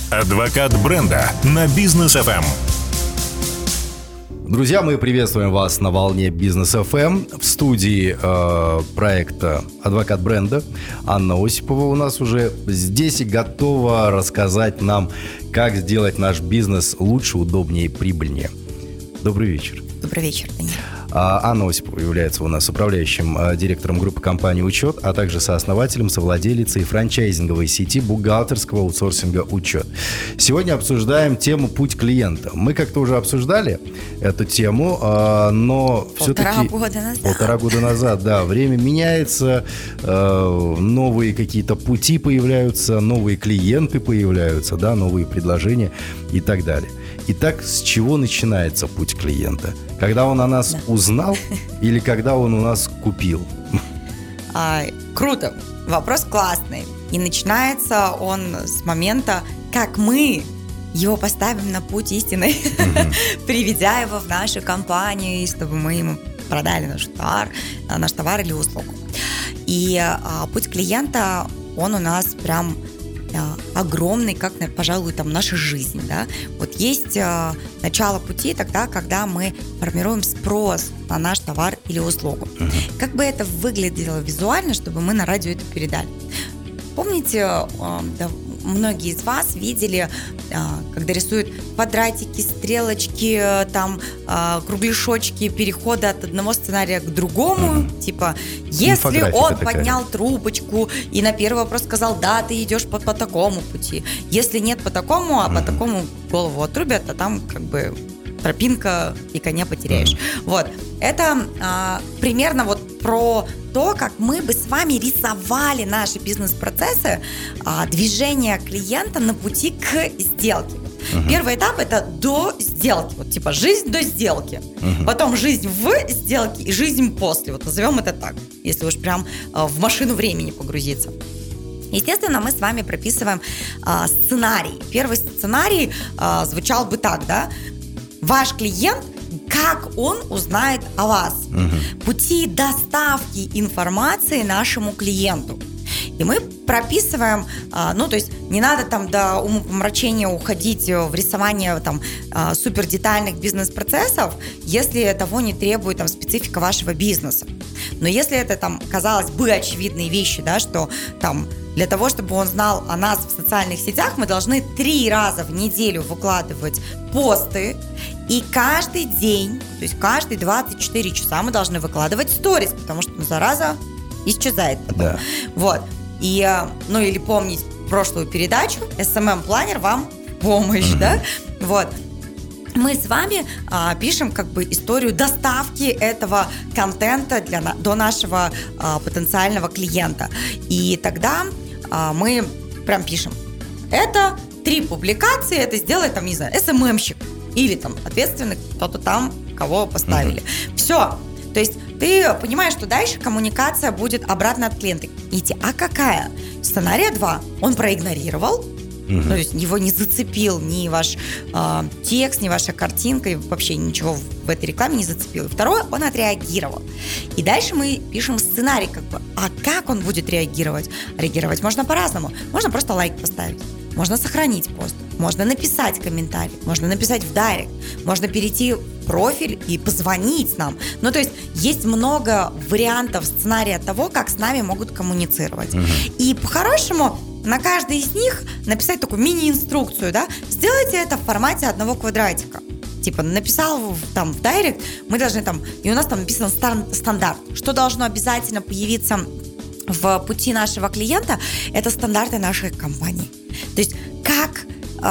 Адвокат бренда на Бизнес FM. Друзья, мы приветствуем вас на волне Бизнес FM. В студии проекта «Адвокат бренда» Анна Осипова у нас уже здесь и готова рассказать нам, как сделать наш бизнес лучше, удобнее и прибыльнее. Добрый вечер. Добрый вечер, Данил. Анна Осипова является у нас управляющим директором группы компании «Учет», а также сооснователем, совладелицей франчайзинговой сети бухгалтерского аутсорсинга «Учет». Сегодня обсуждаем тему «Путь клиента». Мы как-то уже обсуждали эту тему, но все-таки... Полтора года назад, да. Время меняется, новые какие-то пути появляются, новые клиенты появляются, да, новые предложения и так далее. Итак, с чего начинается путь клиента? Когда он о нас узнал или когда он у нас купил? Круто. Вопрос классный. И начинается он с момента, как мы его поставим на путь истины, приведя его в нашу компанию, чтобы мы ему продали наш товар или услугу. И путь клиента, он у нас прям... огромный, как, пожалуй, там наша жизнь, да. Вот есть начало пути тогда, когда мы формируем спрос на наш товар или услугу. Как бы это выглядело визуально, чтобы мы на радио это передали? Помните, многие из вас видели, когда рисуют квадратики, стрелочки, там, кругляшочки, переходы от одного сценария к другому, типа, если он поднял трубочку и на первый вопрос сказал, да, ты идешь по такому пути, если нет по такому, а по такому голову отрубят, а там как бы тропинка и коня потеряешь. Вот, это примерно вот про то, как мы бы с вами рисовали наши бизнес-процессы, движение клиента на пути к сделке. Первый этап – это до сделки, вот типа жизнь до сделки, потом жизнь в сделке и жизнь после, вот назовем это так, если уж прям в машину времени погрузиться. Естественно, мы с вами прописываем сценарий. Первый сценарий звучал бы так, да? Ваш клиент, как он узнает о вас, пути доставки информации нашему клиенту. И мы прописываем, то есть не надо там до умопомрачения уходить в рисование там супер детальных бизнес-процессов, если того не требует там специфика вашего бизнеса. Но если это там, казалось бы, очевидные вещи, да, что там для того, чтобы он знал о нас в социальных сетях, мы должны 3 раза в неделю выкладывать посты, и каждый день, то есть каждые 24 часа мы должны выкладывать сторис, потому что зараза исчезает потом. Да. Вот. И, или помнить прошлую передачу, SMM-планер вам в помощь, да? Вот. Мы с вами пишем как бы историю доставки этого контента до нашего потенциального клиента. И тогда мы прям пишем, это 3 публикации, это сделает там, не знаю, SMM-щик или там ответственный кто-то там, кого поставили. Все. То есть ты понимаешь, что дальше коммуникация будет обратно от клиента идти. А какая? Сценария 2. Он проигнорировал, то есть его не зацепил ни ваш текст, ни ваша картинка, и вообще ничего в этой рекламе не зацепил. И второе, он отреагировал. И дальше мы пишем сценарий, как бы, а как он будет реагировать? Реагировать можно по-разному. Можно просто лайк поставить. Можно сохранить пост, можно написать комментарий, можно написать в дайрект, можно перейти в профиль и позвонить нам. Ну, то есть есть много вариантов сценария того, как с нами могут коммуницировать. И по-хорошему на каждый из них написать такую мини-инструкцию, да? Сделайте это в формате одного квадратика. Типа написал там в дайрект, мы должны там, и у нас там написан стандарт. Что должно обязательно появиться в пути нашего клиента, это стандарты нашей компании. То есть как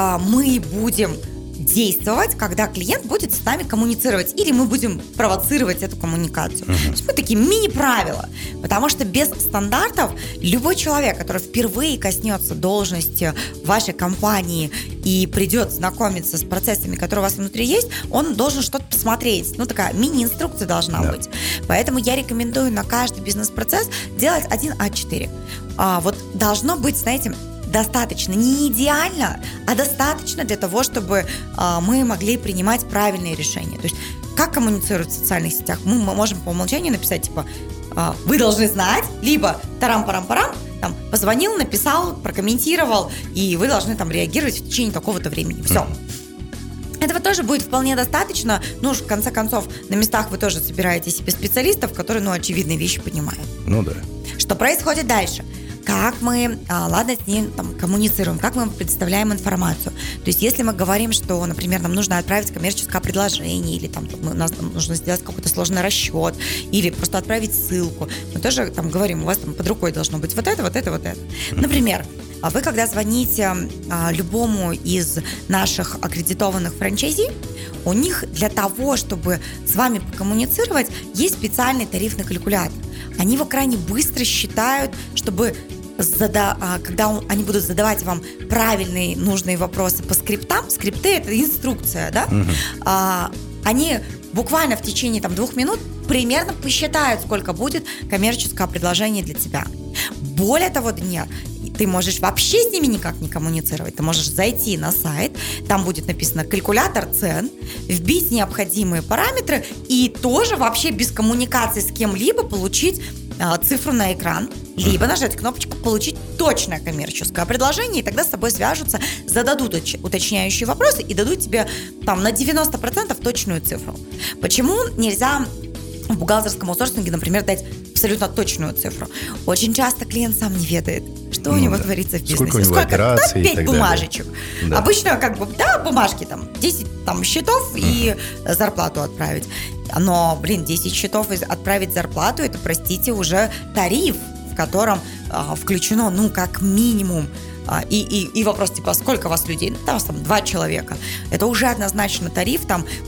мы будем действовать, когда клиент будет с нами коммуницировать, или мы будем провоцировать эту коммуникацию. То есть мы такие мини-правила, потому что без стандартов любой человек, который впервые коснется должности вашей компании и придет знакомиться с процессами, которые у вас внутри есть, он должен что-то посмотреть. Ну, такая мини-инструкция должна быть. Поэтому я рекомендую на каждый бизнес-процесс делать 1 А4. Вот должно быть, знаете, достаточно, не идеально, а достаточно для того, чтобы мы могли принимать правильные решения. То есть как коммуницируют в социальных сетях? Мы можем по умолчанию написать, типа, вы должны знать, либо тарам-парам-парам, там, позвонил, написал, прокомментировал, и вы должны там реагировать в течение такого-то времени. Все. Этого тоже будет вполне достаточно. Ну, в конце концов, на местах вы тоже собираете себе специалистов, которые, ну, очевидные вещи понимают. Ну да. Что происходит дальше? Как мы, с ним там коммуницируем, как мы предоставляем информацию. То есть, если мы говорим, что, например, нам нужно отправить коммерческое предложение, или там нам нужно сделать какой-то сложный расчет, или просто отправить ссылку, мы тоже там говорим, у вас там под рукой должно быть вот это, вот это, вот это. Например, вы, когда звоните любому из наших аккредитованных франчайзи, у них для того, чтобы с вами покоммуницировать, есть специальный тарифный калькулятор. Они его крайне быстро считают, чтобы когда они будут задавать вам правильные, нужные вопросы по скриптам, скрипты — это инструкция, да? Они буквально в течение 2 минут примерно посчитают, сколько будет коммерческое предложение для тебя. Более того, Даниэль, ты можешь вообще с ними никак не коммуницировать. Ты можешь зайти на сайт, там будет написано «калькулятор цен», вбить необходимые параметры и тоже вообще без коммуникации с кем-либо получить цифру на экран, либо нажать кнопочку «Получить точное коммерческое предложение», и тогда с тобой свяжутся, зададут уточняющие вопросы и дадут тебе там на 90% точную цифру. Почему нельзя в бухгалтерском аутсорсинге, например, дать абсолютно точную цифру? Очень часто клиент сам не ведает, что у него творится в бизнесе. Сколько у него операций, 5 бумажечек. Да. Обычно бумажки 10 счетов и зарплату отправить. Но, 10 счетов отправить зарплату, это, простите, уже тариф, в котором включено, как минимум. И вопрос, сколько у вас людей? Там 2 человека. Это уже однозначно тариф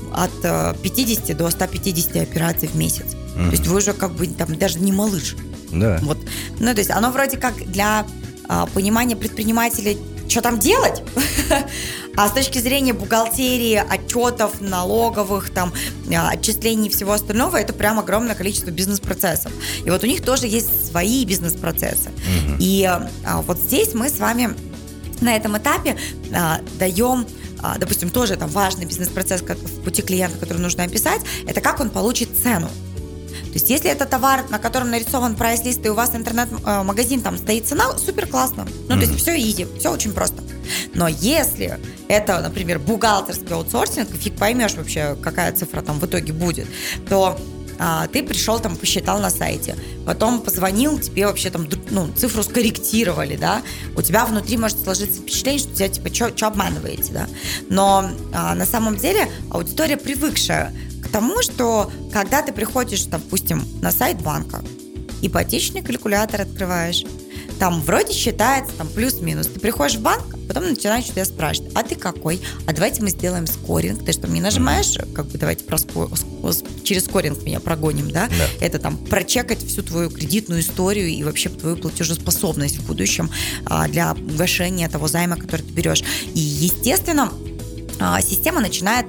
от 50 до 150 операций в месяц. То есть вы уже даже не малыш. Да. Вот. Ну, то есть оно вроде как для понимания предпринимателей, что там делать, а с точки зрения бухгалтерии, отчетов, налоговых, отчислений и всего остального, это прям огромное количество бизнес-процессов. И вот у них тоже есть свои бизнес-процессы. И вот здесь мы с вами на этом этапе даем, допустим, тоже важный бизнес-процесс в пути клиента, который нужно описать, это как он получит цену. То есть, если это товар, на котором нарисован прайс-лист, и у вас интернет-магазин, там стоит цена, супер классно. То есть, все изи, все очень просто. Но если это, например, бухгалтерский аутсорсинг, фиг поймешь вообще, какая цифра там в итоге будет, то ты пришел, посчитал на сайте, потом позвонил, тебе вообще цифру скорректировали, да, у тебя внутри может сложиться впечатление, что тебя что обманываете, да, но на самом деле аудитория, привыкшая к тому, что когда ты приходишь, допустим, на сайт банка, ипотечный калькулятор открываешь, там вроде считается плюс-минус. Ты приходишь в банк, потом начинаешь тебя спрашивать, а ты какой? А давайте мы сделаем скоринг. Ты что, не нажимаешь, давайте через скоринг меня прогоним, да? Это прочекать всю твою кредитную историю и вообще твою платежеспособность в будущем для гашения того займа, который ты берешь. И, естественно, система начинает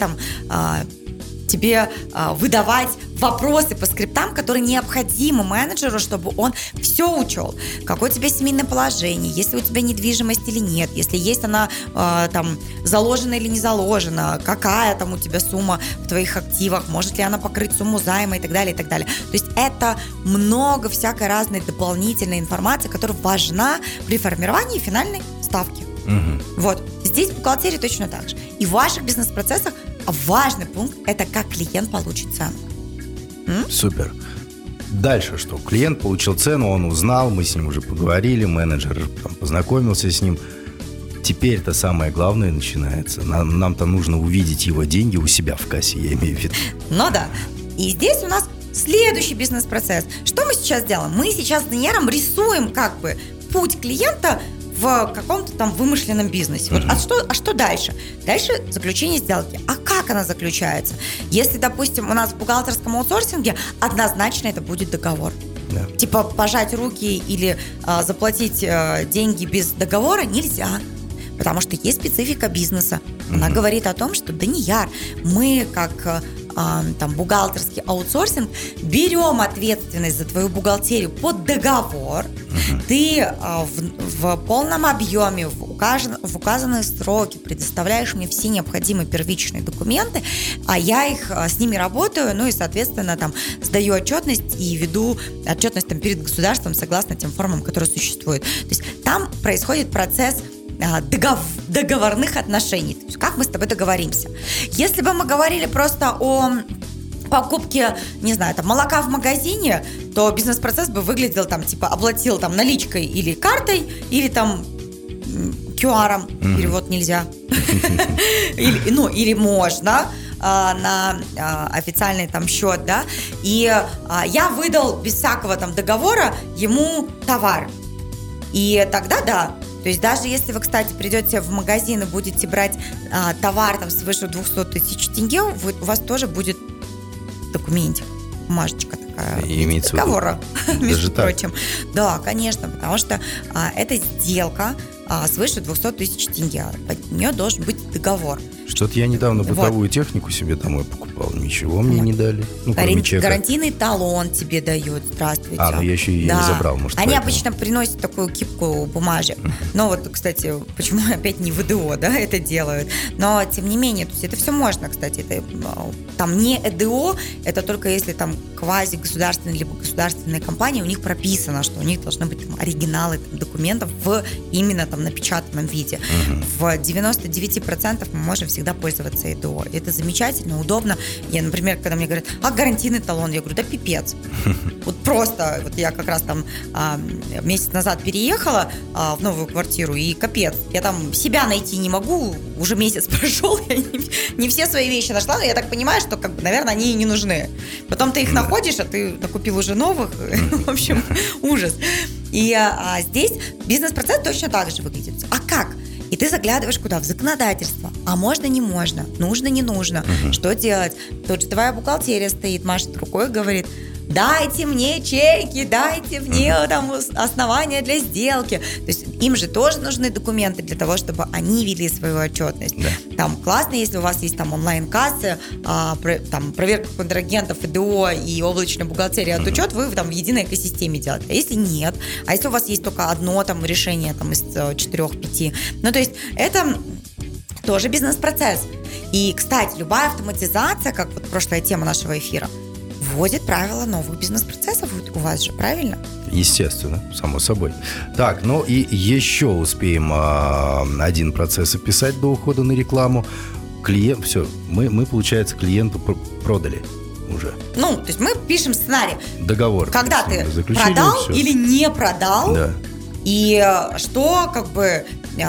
тебе выдавать вопросы по скриптам, которые необходимы менеджеру, чтобы он все учел. Какое у тебя семейное положение, есть ли у тебя недвижимость или нет, если есть она заложена или не заложена, какая у тебя сумма в твоих активах, может ли она покрыть сумму займа и так далее, и так далее. То есть это много всякой разной дополнительной информации, которая важна при формировании финальной ставки. Вот. Здесь в бухгалтерии точно так же. И в ваших бизнес-процессах важный пункт – это как клиент получит цену. Супер. Дальше что? Клиент получил цену, он узнал, мы с ним уже поговорили, менеджер познакомился с ним. Теперь-то самое главное начинается. Нам-то нужно увидеть его деньги у себя в кассе, я имею в виду. Ну да. И здесь у нас следующий бизнес-процесс. Что мы сейчас делаем? Мы сейчас с Даниэлем рисуем путь клиента в каком-то вымышленном бизнесе. Вот, а что дальше? Дальше заключение сделки. А как она заключается? Если, допустим, у нас в бухгалтерском аутсорсинге, однозначно это будет договор. Да. Пожать руки или заплатить деньги без договора нельзя. Потому что есть специфика бизнеса. Она говорит о том, что, Данияр, мы как там бухгалтерский аутсорсинг, берем ответственность за твою бухгалтерию под договор, ты в полном объеме, в указанные сроки предоставляешь мне все необходимые первичные документы, а я их с ними работаю, ну и, соответственно, там сдаю отчетность и веду отчетность там перед государством согласно тем формам, которые существуют. То есть там происходит процесс договорных отношений. То есть как мы с тобой договоримся. Если бы мы говорили просто о покупке, не знаю, там, молока в магазине, то бизнес-процесс бы выглядел там, типа, оплатил там наличкой или картой, или там QR-ом, перевод нельзя. Или можно на официальный там счет, да, и я выдал без всякого там договора ему товар. И тогда да. То есть даже если вы, кстати, придете в магазин и будете брать товар там свыше 200 тысяч тенге, у вас тоже будет документик, бумажечка такая, имеется договора, между так? прочим. Да, конечно, потому что это сделка свыше 200 тысяч тенге. Под нее должен быть договор. Что-то я недавно бытовую технику себе домой покупал. Ничего мне не дали. Ну, кроме чека. Гарантийный талон тебе дают. Здравствуйте. Ну я еще и не забрал, может, Они поэтому. обычно приносят такую кипку бумажек. Но вот, кстати, почему опять не ВДО, да, это делают. Но, тем не менее, то есть это все можно, кстати. Это, там не ЭДО, это только если там квази-государственные либо государственные компании, у них прописано, что у них должны быть там оригиналы там, документов в именно там напечатанном виде. В 99% мы можем всегда пользоваться ЭДО. Это замечательно, удобно. Я, например, когда мне говорят, гарантийный талон, я говорю, да пипец. Вот просто, вот я как раз там месяц назад переехала в новую квартиру, и капец, я там себя найти не могу, уже месяц прошел, я не все свои вещи нашла, но я так понимаю, что, как бы, наверное, они и не нужны. Потом ты их находишь, а ты накупил уже новых, в общем, ужас. И здесь бизнес-процесс точно так же выглядит. А как? И ты заглядываешь куда? В законодательство. А можно, не можно? Нужно, не нужно? Что делать? Тут же твоя бухгалтерия стоит, машет рукой, говорит, дайте мне чеки, дайте мне там основания для сделки. То есть им же тоже нужны документы для того, чтобы они вели свою отчетность. Да. Там классно, если у вас есть там онлайн-кассы, там проверка контрагентов, ИДО и облачная бухгалтерия от учет, вы там в единой экосистеме делаете. А если нет? А если у вас есть только одно там решение там, из 4-5? Ну, то есть это тоже бизнес-процесс. И, кстати, любая автоматизация, как вот прошлая тема нашего эфира, вводит правила новых бизнес-процессов у вас же, правильно? Естественно, само собой. Так, ну и еще успеем один процесс описать до ухода на рекламу. Клиент, все, мы получается, клиенту продали уже. Ну, то есть мы пишем сценарий. Договор. Когда ты продал или не продал, да. И что как бы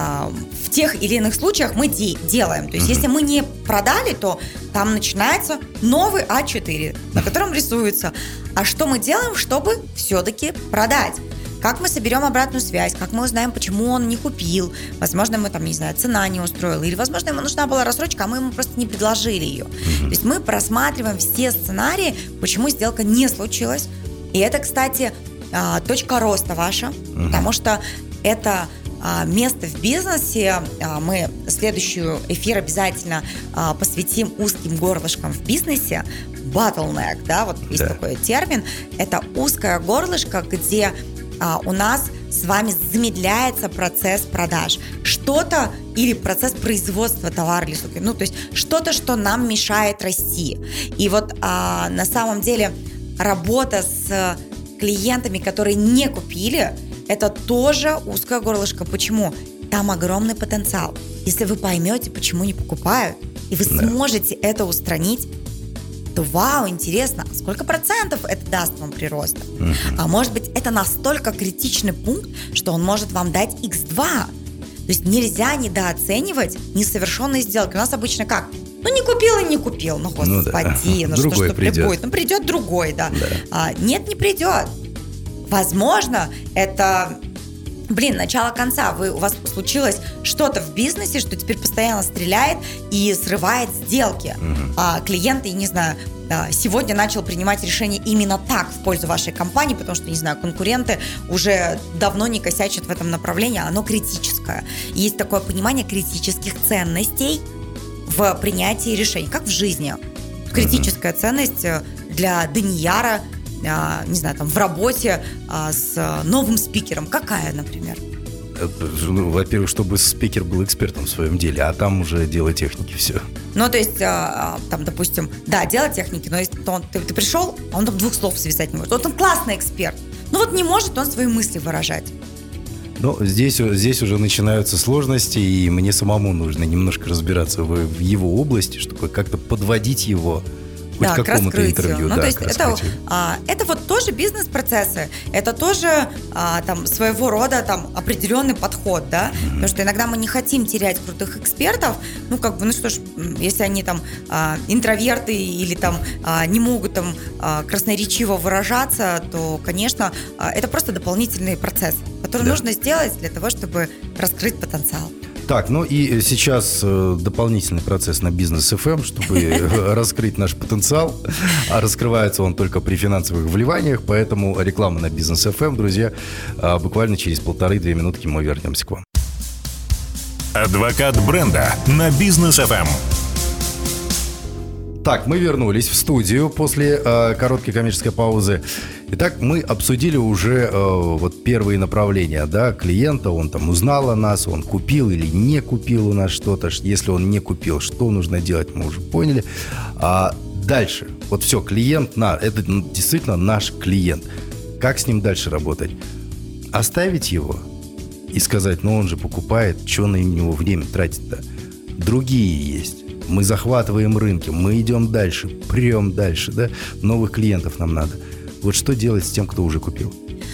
в тех или иных случаях мы делаем. То есть если мы не продали, то там начинается новый А4, на котором рисуется. А что мы делаем, чтобы все-таки продать? Как мы соберем обратную связь? Как мы узнаем, почему он не купил? Возможно, ему там, не знаю, цена не устроила. Или, возможно, ему нужна была рассрочка, а мы ему просто не предложили ее. То есть мы просматриваем все сценарии, почему сделка не случилась. И это, кстати, точка роста ваша, потому что это место в бизнесе. Мы следующий эфир обязательно посвятим узким горлышкам в бизнесе. Bottleneck, да, вот есть такой термин. Это узкое горлышко, где у нас с вами замедляется процесс продаж. Что-то или процесс производства товара или услуги. Ну, то есть что-то, что нам мешает расти. И вот на самом деле работа с клиентами, которые не купили, это тоже узкое горлышко. Почему? Там огромный потенциал. Если вы поймете, почему не покупают, и вы сможете это устранить, то вау, интересно, сколько процентов это даст вам прироста? А может быть, это настолько критичный пункт, что он может вам дать x2. То есть нельзя недооценивать несовершенные сделки. У нас обычно как? Ну, не купил и не купил. Ну, господи, ну что ж будет? Ну, придет другой, да. Нет, не придет. Возможно, это... начало конца. У вас случилось что-то в бизнесе, что теперь постоянно стреляет и срывает сделки. А клиент, я не знаю, сегодня начал принимать решения именно так в пользу вашей компании, потому что, не знаю, конкуренты уже давно не косячат в этом направлении, оно критическое. Есть такое понимание критических ценностей в принятии решений, как в жизни. критическая ценность для Данияра, не знаю, там в работе с новым спикером? Какая, например? Ну, во-первых, чтобы спикер был экспертом в своем деле, а там уже дело техники все. Ну, то есть, там, допустим, да, дело техники, но если ты пришел, а он там 2 слов связать не может. Вот он классный эксперт, но вот не может он свои мысли выражать. Ну, здесь уже начинаются сложности, и мне самому нужно немножко разбираться в его области, чтобы как-то подводить его хоть к какому-то интервью. Ну, то есть это вот тоже бизнес-процессы, это тоже там своего рода там определенный подход, да, потому что иногда мы не хотим терять крутых экспертов, ну, как бы, ну что ж, если они там интроверты или там не могут там красноречиво выражаться, то, конечно, это просто дополнительный процесс, который нужно сделать для того, чтобы раскрыть потенциал. Так, ну и сейчас дополнительный процесс на Бизнес FM, чтобы раскрыть наш потенциал. А раскрывается он только при финансовых вливаниях, поэтому реклама на Бизнес FM, друзья. Буквально через 1,5-2 минутки мы вернемся к вам. Адвокат бренда на Бизнес FM. Так, мы вернулись в студию после короткой коммерческой паузы. Итак, мы обсудили уже вот первые направления, да, клиента. Он там узнал о нас, он купил или не купил у нас что-то. Если он не купил, что нужно делать, мы уже поняли. А дальше, вот все, клиент, это действительно наш клиент. Как с ним дальше работать? Оставить его и сказать, ну он же покупает, что на него время тратить-то? Другие есть. Мы захватываем рынки, мы идем дальше, прем дальше, да? Новых клиентов нам надо. Вот что делать с тем, кто уже купил?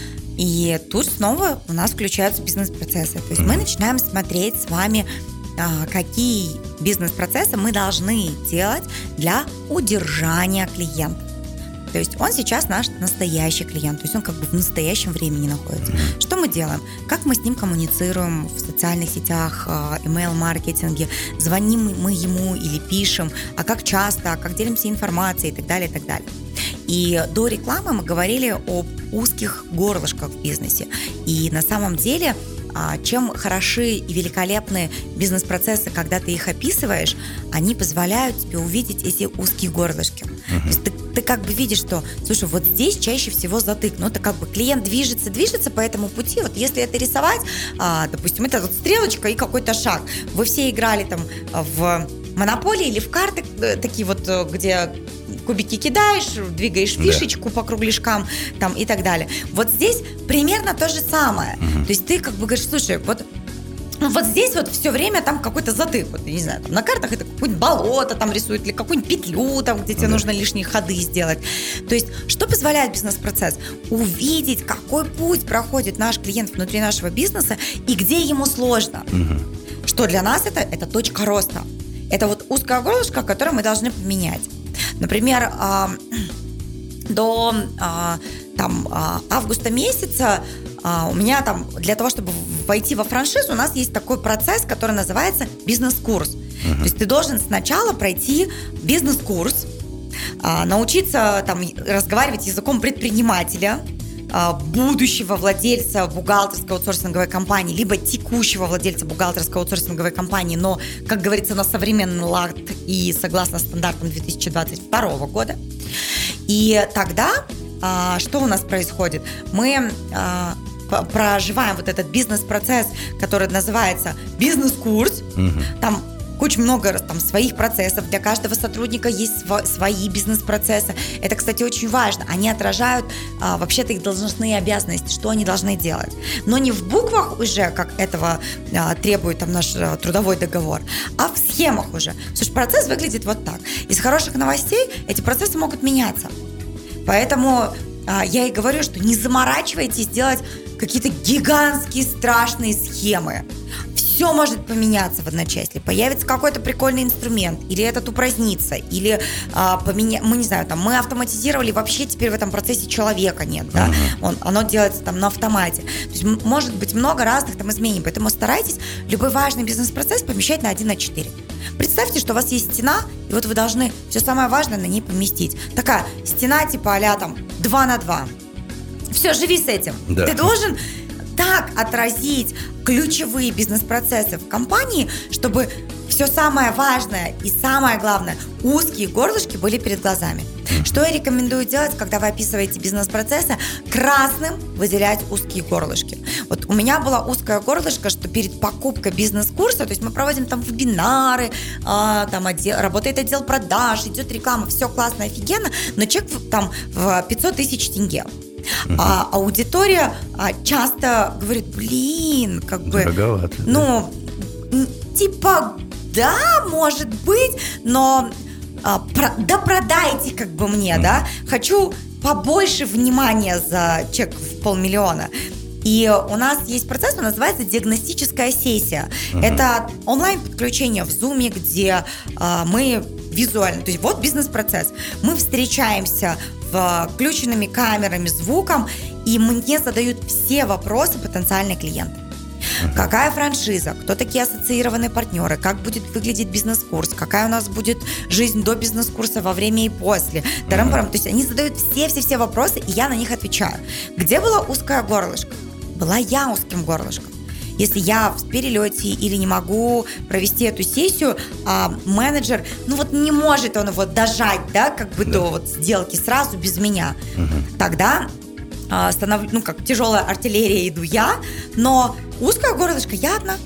И тут снова у нас включаются бизнес-процессы. То есть мы начинаем смотреть с вами, какие бизнес-процессы мы должны делать для удержания клиента. То есть он сейчас наш настоящий клиент, то есть он как бы в настоящем времени находится. Что мы делаем? Как мы с ним коммуницируем в социальных сетях, email-маркетинге, звоним мы ему или пишем, а как часто, как делимся информацией и так далее, и так далее. И до рекламы мы говорили об узких горлышках в бизнесе. И на самом деле, чем хороши и великолепны бизнес-процессы, когда ты их описываешь, они позволяют тебе увидеть эти узкие горлышки. То есть ты как бы видишь, что, слушай, вот здесь чаще всего затык. Ну, это как бы клиент движется по этому пути. Вот если это рисовать, допустим, это вот стрелочка и какой-то шаг. Вы все играли там в Монополии или в карты, такие вот, где кубики кидаешь, двигаешь фишечку по кругляшкам там, и так далее. Вот здесь примерно то же самое. То есть ты как бы говоришь, слушай, вот здесь вот все время там какой-то затык. Вот, не знаю, там на картах это какое-нибудь болото там рисуют, или какую-нибудь петлю, там, где тебе нужно лишние ходы сделать. То есть что позволяет бизнес-процесс? Увидеть, какой путь проходит наш клиент внутри нашего бизнеса и где ему сложно. Что для нас это точка роста. Это вот узкое горлышко, которое мы должны поменять. Например, до августа месяца у меня там, для того, чтобы войти во франшизу, у нас есть такой процесс, который называется бизнес-курс. То есть ты должен сначала пройти бизнес-курс, научиться там разговаривать языком предпринимателя, будущего владельца бухгалтерской аутсорсинговой компании, либо текущего владельца бухгалтерской аутсорсинговой компании, но, как говорится, на современный лад и согласно стандартам 2022 года. И тогда что у нас происходит? Мы проживаем вот этот бизнес-процесс, который называется бизнес-курс. Там куча много там своих процессов. Для каждого сотрудника есть свои бизнес-процессы. Это, кстати, очень важно. Они отражают вообще-то их должностные обязанности, что они должны делать. Но не в буквах уже, как этого требует там наш трудовой договор, а в схемах уже. Слушай, процесс выглядит вот так. Из хороших новостей эти процессы могут меняться. Поэтому я и говорю, что не заморачивайтесь делать какие-то гигантские страшные схемы. Все может поменяться в одночасье. Появится какой-то прикольный инструмент, или этот упразднится, или мы не знаю, там мы автоматизировали, вообще теперь в этом процессе человека нет, да? Оно делается там на автомате. То есть может быть много разных там изменений, поэтому старайтесь любой важный бизнес-процесс помещать на 1:4. Представьте, что у вас есть стена, и вот вы должны все самое важное на ней поместить. Такая стена типа а-ля там 2x2. Все, живи с этим. Да. Ты должен так отразить ключевые бизнес-процессы в компании, чтобы все самое важное и самое главное, узкие горлышки были перед глазами. Что я рекомендую делать, когда вы описываете бизнес-процессы? Красным выделять узкие горлышки. Вот у меня было узкое горлышко, что перед покупкой бизнес-курса, то есть мы проводим там вебинары, там работает отдел продаж, идет реклама, все классно, офигенно, но чек там в 500 тысяч тенге. А аудитория часто говорит, как бы... Дороговато. Ну, типа, да, может быть, но... да продайте как бы мне, да, хочу побольше внимания за чек в 500 000. И у нас есть процесс, он называется диагностическая сессия. Это онлайн-подключение в Zoom, где мы визуально, то есть вот бизнес-процесс. Мы встречаемся включенными камерами, звуком, и мне задают все вопросы потенциальные клиенты. Какая франшиза, кто такие ассоциированные партнеры, как будет выглядеть бизнес-курс, какая у нас будет жизнь до бизнес-курса, во время и после. То есть они задают все вопросы, и я на них отвечаю. Где было узкое горлышко? Была я узким горлышком. Если я в перелете или не могу провести эту сессию, менеджер, не может он его дожать, да, как бы до вот сделки сразу без меня, тогда как тяжелая артиллерия иду я, но узкое горлышко я одна.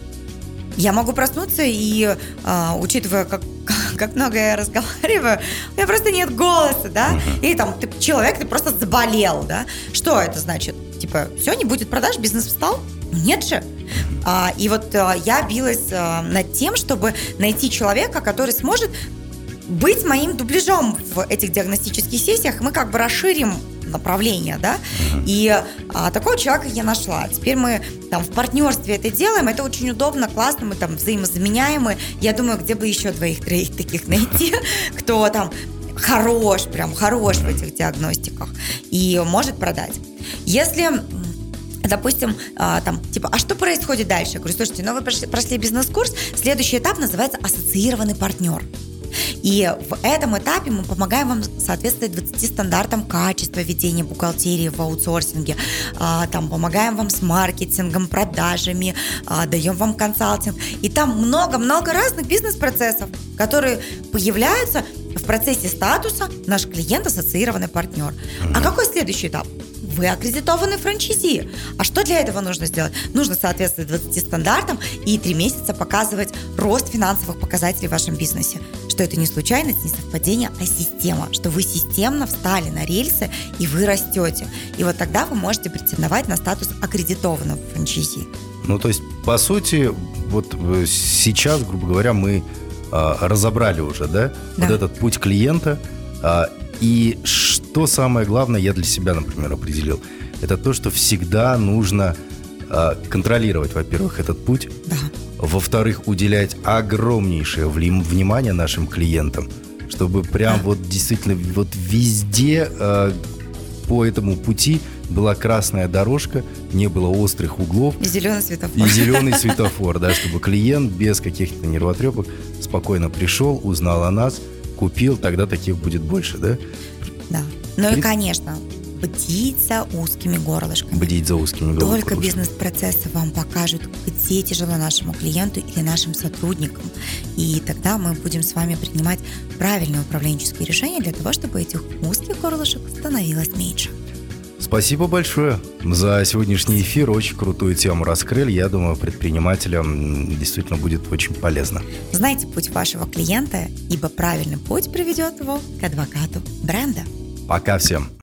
Я могу проснуться и, учитывая, как много я разговариваю, у меня просто нет голоса, да, или там ты просто заболел, да, что это значит? Типа, все, не будет продаж, бизнес встал? Нет же. И вот я билась над тем, чтобы найти человека, который сможет быть моим дубляжом в этих диагностических сессиях, мы как бы расширим направление, да, и такого человека я нашла. Теперь мы там в партнерстве это делаем, это очень удобно, классно, мы там взаимозаменяемы. Я думаю, где бы еще 2-3 таких найти, кто там хорош в этих диагностиках и может продать. Если, допустим, а что происходит дальше? Я говорю, слушайте, вы прошли бизнес-курс, следующий этап называется ассоциированный партнер. И в этом этапе мы помогаем вам соответствовать 20 стандартам качества ведения бухгалтерии в аутсорсинге, помогаем вам с маркетингом, продажами, даем вам консалтинг. И там много-много разных бизнес-процессов, которые появляются в процессе статуса «Наш клиент – ассоциированный партнер». А какой следующий этап? Вы аккредитованный франчайзи. А что для этого нужно сделать? Нужно соответствовать 20 стандартам и 3 месяца показывать рост финансовых показателей в вашем бизнесе. Что это не случайность, не совпадение, а система. Что вы системно встали на рельсы и вы растете. И вот тогда вы можете претендовать на статус аккредитованного франчайзи. То есть, по сути, вот сейчас, грубо говоря, мы разобрали уже, да, вот этот путь клиента. И что самое главное, я для себя, например, определил, это то, что всегда нужно контролировать, во-первых, этот путь, во-вторых, уделять огромнейшее внимание нашим клиентам, чтобы прям действительно везде по этому пути была красная дорожка, не было острых углов. И зеленый светофор. И зеленый светофор, да, чтобы клиент без каких-то нервотрепок спокойно пришел, узнал о нас, купил, тогда таких будет больше, да? Да. И, конечно, бдить за узкими горлышками. Бдить за узкими горлышками. Только бизнес-процессы вам покажут, где тяжело нашему клиенту или нашим сотрудникам. И тогда мы будем с вами принимать правильные управленческие решения для того, чтобы этих узких горлышек становилось меньше. Спасибо большое за сегодняшний эфир. Очень крутую тему раскрыли. Я думаю, предпринимателям действительно будет очень полезно. Знайте путь вашего клиента, ибо правильный путь приведет его к адвокату бренда. Пока всем.